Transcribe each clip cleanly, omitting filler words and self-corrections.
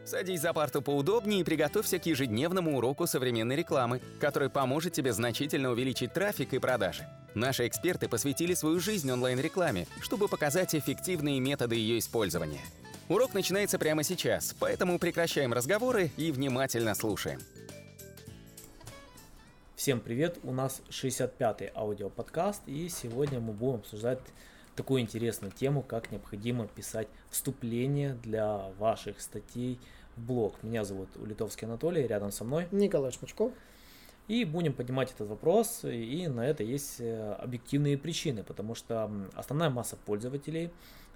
Садись за парту поудобнее и приготовься к ежедневному уроку современной рекламы, который поможет тебе значительно увеличить трафик и продажи. Наши эксперты посвятили свою жизнь онлайн-рекламе, чтобы показать эффективные методы ее использования. Урок начинается прямо сейчас, поэтому прекращаем разговоры и внимательно слушаем. Всем привет, у нас 65-й аудиоподкаст, и сегодня мы будем обсуждать такую интересную тему, как необходимо писать вступление для ваших статей в блог. Меня зовут Улитовский Анатолий, рядом со мной Николай Шмычков. И будем поднимать этот вопрос, и на это есть объективные причины, потому что основная масса пользователей,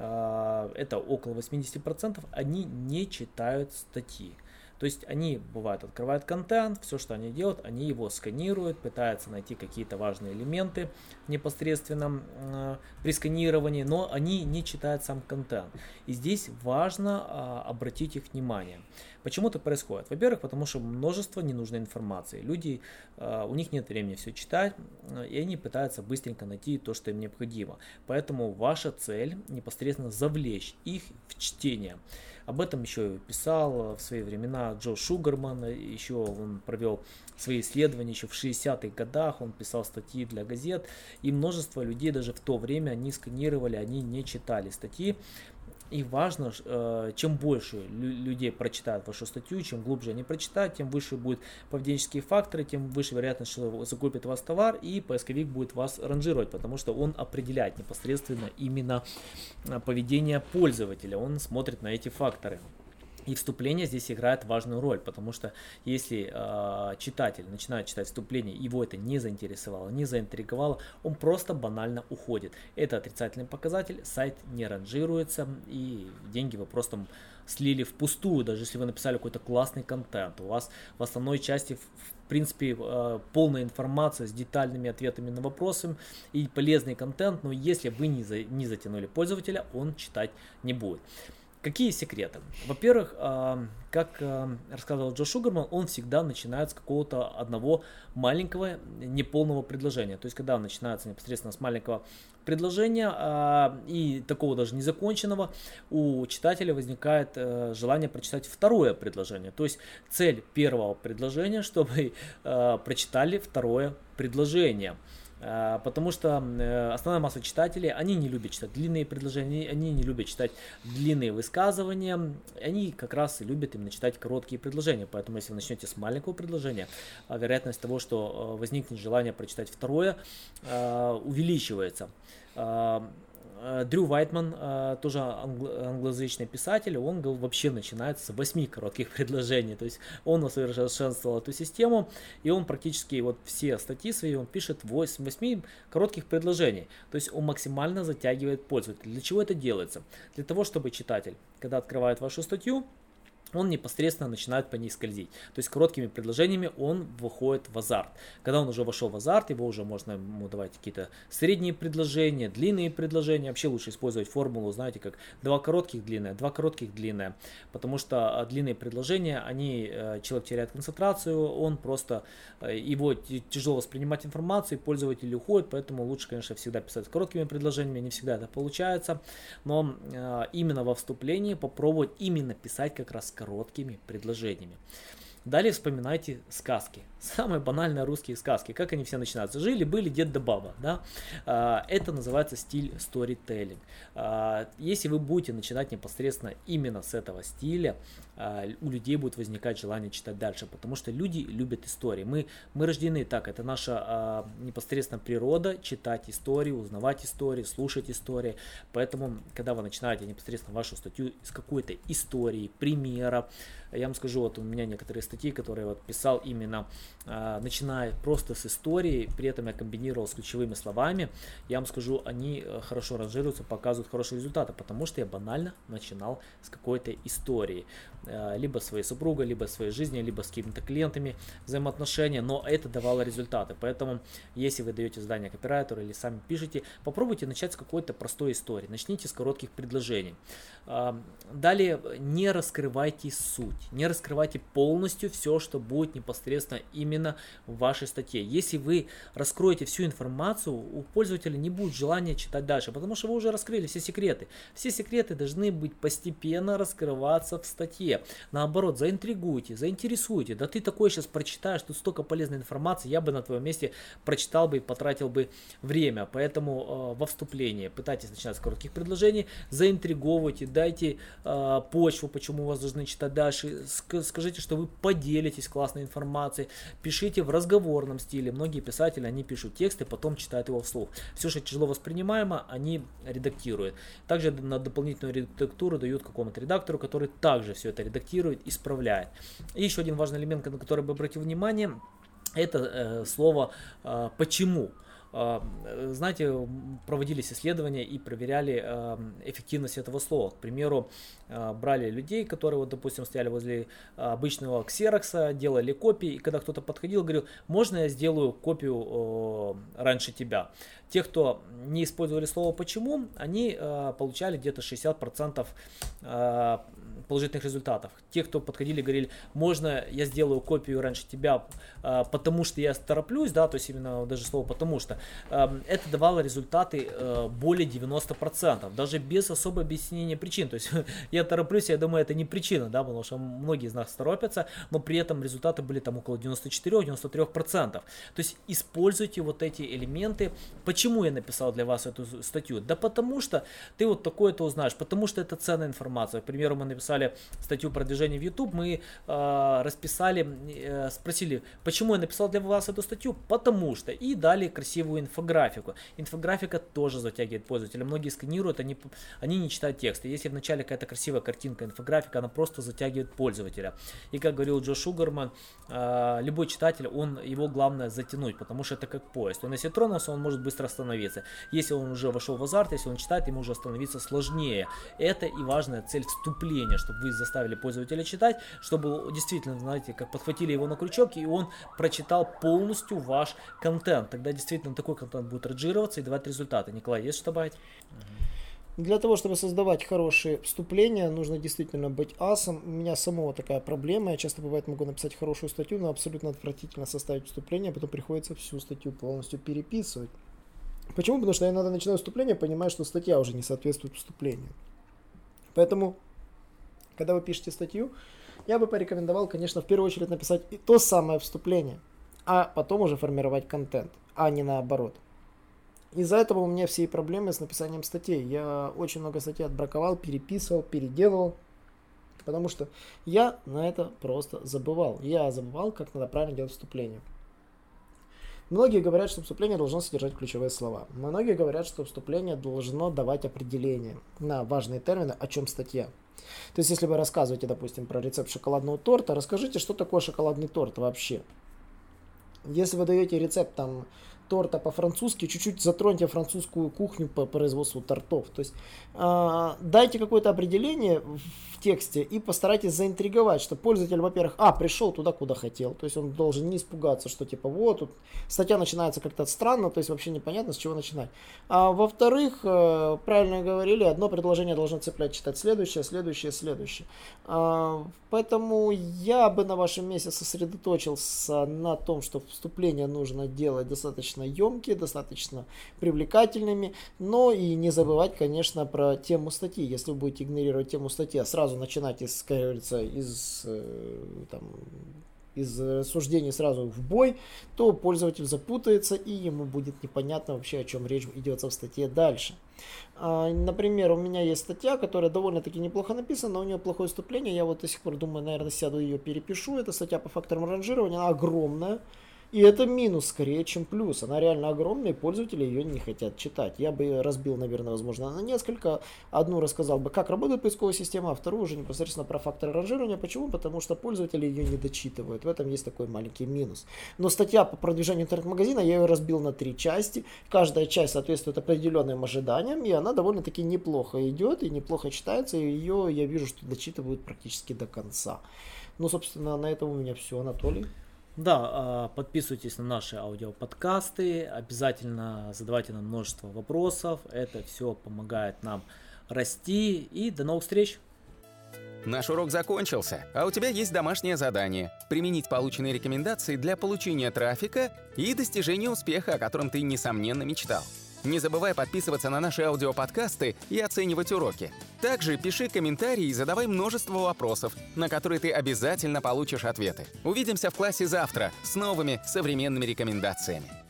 это около 80%, они не читают статьи. То есть они, бывает, открывают контент, все, что они делают, они его сканируют, пытаются найти какие-то важные элементы непосредственно при сканировании, но они не читают сам контент. И здесь важно обратить их внимание. Почему это происходит? Во-первых, потому что множество ненужной информации. Люди, у них нет времени все читать, и они пытаются быстренько найти то, что им необходимо. Поэтому ваша цель непосредственно завлечь их в чтение. Об этом еще писал в свои времена Джо Шугарман, еще он провел свои исследования еще в 60-х годах, он писал статьи для газет, и множество людей даже в то время они сканировали, они не читали статьи. И важно, чем больше людей прочитают вашу статью, чем глубже они прочитают, тем выше будут поведенческие факторы, тем выше вероятность, что закупит вас товар, и поисковик будет вас ранжировать, потому что он определяет непосредственно именно поведение пользователя, он смотрит на эти факторы. И вступление здесь играет важную роль, потому что если читатель начинает читать вступление, его это не заинтересовало, не заинтриговало, он просто банально уходит. Это отрицательный показатель, сайт не ранжируется, и деньги вы просто слили впустую, даже если вы написали какой-то классный контент. У вас в основной части в принципе полная информация с детальными ответами на вопросы и полезный контент, но если вы не затянули пользователя, он читать не будет. Какие секреты? Во-первых, как рассказывал Джо Шугарман, он всегда начинает с какого-то одного маленького неполного предложения. То есть, когда он начинается непосредственно с маленького предложения и такого даже незаконченного, у читателя возникает желание прочитать второе предложение. То есть, цель первого предложения, чтобы прочитали второе предложение. Потому что основная масса читателей, они не любят читать длинные предложения, они не любят читать длинные высказывания, они как раз и любят именно читать короткие предложения. Поэтому если вы начнете с маленького предложения, вероятность того, что возникнет желание прочитать второе, увеличивается. Дрю Вайтман, тоже англоязычный писатель, он вообще начинает с 8 коротких предложений, то есть он усовершенствовал эту систему, и он практически вот все статьи свои он пишет 8 коротких предложений, то есть он максимально затягивает пользователя. Для чего это делается? Для того, чтобы читатель, когда открывает вашу статью, он непосредственно начинает по ней скользить. То есть короткими предложениями он выходит в азарт. Когда он уже вошел в азарт, его уже можно ему давать какие-то средние предложения, длинные предложения. Вообще лучше использовать формулу, знаете, как 2 коротких длинное, 2 коротких длинное. Потому что длинные предложения, человек теряет концентрацию, он просто, его тяжело воспринимать информацию, пользователь уходит, поэтому лучше, конечно, всегда писать короткими предложениями, не всегда это получается. Но именно во вступлении попробовать именно писать как раз короткими предложениями. Далее вспоминайте сказки. Самые банальные русские сказки. Как они все начинаются? Жили-были дед да баба. Да? Это называется стиль storytelling. Если вы будете начинать непосредственно именно с этого стиля, у людей будет возникать желание читать дальше. Потому что люди любят истории. Мы рождены так. Это наша непосредственно природа. Читать истории, узнавать истории, слушать истории. Поэтому, когда вы начинаете непосредственно вашу статью с какой-то истории, примера, я вам скажу, вот у меня некоторые статьи, которые вот писал именно начиная просто с истории, при этом я комбинировал с ключевыми словами, я вам скажу, они хорошо ранжируются, показывают хорошие результаты, потому что я банально начинал с какой-то истории, либо своей супругой, либо своей жизни, либо с какими-то клиентами взаимоотношения, но это давало результаты. Поэтому, если вы даете задание копирайтеру или сами пишете, попробуйте начать с какой-то простой истории, начните с коротких предложений. Далее, не раскрывайте суть, не раскрывайте полностью все, что будет непосредственно именно в вашей статье. Если вы раскроете всю информацию, у пользователя не будет желания читать дальше, потому что вы уже раскрыли все секреты. Все секреты должны быть постепенно раскрываться в статье. Наоборот, заинтригуйте, заинтересуйте. Да ты такое сейчас прочитаешь, тут столько полезной информации, я бы на твоем месте прочитал бы и потратил бы время. Поэтому во вступлении пытайтесь начинать с коротких предложений, заинтриговывайте, дайте почву, почему вас должны читать дальше. Скажите, что вы поделитесь классной информацией. Пишите в разговорном стиле. Многие писатели, они пишут тексты, потом читают его вслух. Все, что тяжело воспринимаемо, они редактируют. Также на дополнительную редактуру дают какому-то редактору, который также все это редактирует, исправляет. И еще один важный элемент, на который бы обратил внимание, это слово «почему». Знаете, проводились исследования и проверяли эффективность этого слова. К примеру, брали людей, которые, вот, допустим, стояли возле обычного ксерокса, делали копии, и когда кто-то подходил, говорил: можно я сделаю копию раньше тебя? Те, кто не использовали слово «почему», они получали где-то 60% положительных результатов. Те, кто подходили, говорили: можно я сделаю копию раньше тебя, потому что я тороплюсь, да, то есть именно даже слово «потому что», это давало результаты более 90%, даже без особого объяснения причин. То есть я тороплюсь, я думаю, это не причина, да, потому что многие из нас торопятся, но при этом результаты были там около 94-93%. То есть используйте вот эти элементы. Почему я написал для вас эту статью? Да потому что ты вот такое-то узнаешь, потому что это ценная информация. К примеру, мы написали статью продвижения в YouTube, мы расписали, спросили, почему я написал для вас эту статью? Потому что. И дали красивую инфографику. Инфографика тоже затягивает пользователя. Многие сканируют, они не читают текст. И если вначале какая-то красивая картинка, инфографика, она просто затягивает пользователя. И как говорил Джо Шугарман, любой читатель, его главное затянуть, потому что это как поезд. Он если тронулся, он может быстро остановиться. Если он уже вошел в азарт, если он читает, ему уже остановиться сложнее. Это и важная цель вступления, чтобы вы заставили пользователя читать, чтобы действительно, знаете, как подхватили его на крючок, и он прочитал полностью ваш контент. Тогда действительно такой контент будет ранжироваться и давать результаты. Николай, есть что добавить? Для того, чтобы создавать хорошие вступления, нужно действительно быть асом. У меня самого такая проблема. Я часто, бывает, могу написать хорошую статью, но абсолютно отвратительно составить вступление, а потом приходится всю статью полностью переписывать. Почему? Потому что я иногда начинаю вступление, понимаю, что статья уже не соответствует вступлению. Поэтому, когда вы пишете статью, я бы порекомендовал, конечно, в первую очередь написать и то самое вступление, а потом уже формировать контент, а не наоборот. Из-за этого у меня все и проблемы с написанием статей. Я очень много статей отбраковал, переписывал, переделывал, потому что я на это просто забывал. Я забывал, как надо правильно делать вступление. Многие говорят, что вступление должно содержать ключевые слова. Многие говорят, что вступление должно давать определение на важные термины, о чем статья. То есть, если вы рассказываете, допустим, про рецепт шоколадного торта, расскажите, что такое шоколадный торт вообще. Если вы даете рецепт там торта по-французски, чуть-чуть затроньте французскую кухню по производству тортов. То есть дайте какое-то определение в тексте и постарайтесь заинтриговать, что пользователь, во-первых, пришел туда, куда хотел. То есть он должен не испугаться, что типа вот тут статья начинается как-то странно, то есть вообще непонятно, с чего начинать. А во-вторых, правильно говорили, одно предложение должно цеплять, читать следующее. Поэтому я бы на вашем месте сосредоточился на том, что вступление нужно делать достаточно емкие, достаточно привлекательными, но и не забывать, конечно, про тему статьи. Если вы будете игнорировать тему статьи, а сразу начинать, как говорится, из рассуждений сразу в бой, то пользователь запутается и ему будет непонятно вообще, о чем речь идет в статье дальше. Например, у меня есть статья, которая довольно-таки неплохо написана, но у нее плохое вступление. Я вот до сих пор думаю, наверное, сяду ее перепишу. Это статья по факторам ранжирования, она огромная. И это минус скорее, чем плюс. Она реально огромная, и пользователи ее не хотят читать. Я бы ее разбил, наверное, возможно, на несколько. Одну рассказал бы, как работает поисковая система, а вторую уже непосредственно про факторы ранжирования. Почему? Потому что пользователи ее не дочитывают. В этом есть такой маленький минус. Но статья по продвижению интернет-магазина, я ее разбил на 3 части. Каждая часть соответствует определенным ожиданиям, и она довольно-таки неплохо идет и неплохо читается. И ее я вижу, что дочитывают практически до конца. Ну, собственно, на этом у меня все. Анатолий? Да, подписывайтесь на наши аудиоподкасты, обязательно задавайте нам множество вопросов, это все помогает нам расти и до новых встреч! Наш урок закончился, а у тебя есть домашнее задание – применить полученные рекомендации для получения трафика и достижения успеха, о котором ты, несомненно, мечтал. Не забывай подписываться на наши аудиоподкасты и оценивать уроки. Также пиши комментарии и задавай множество вопросов, на которые ты обязательно получишь ответы. Увидимся в классе завтра с новыми современными рекомендациями.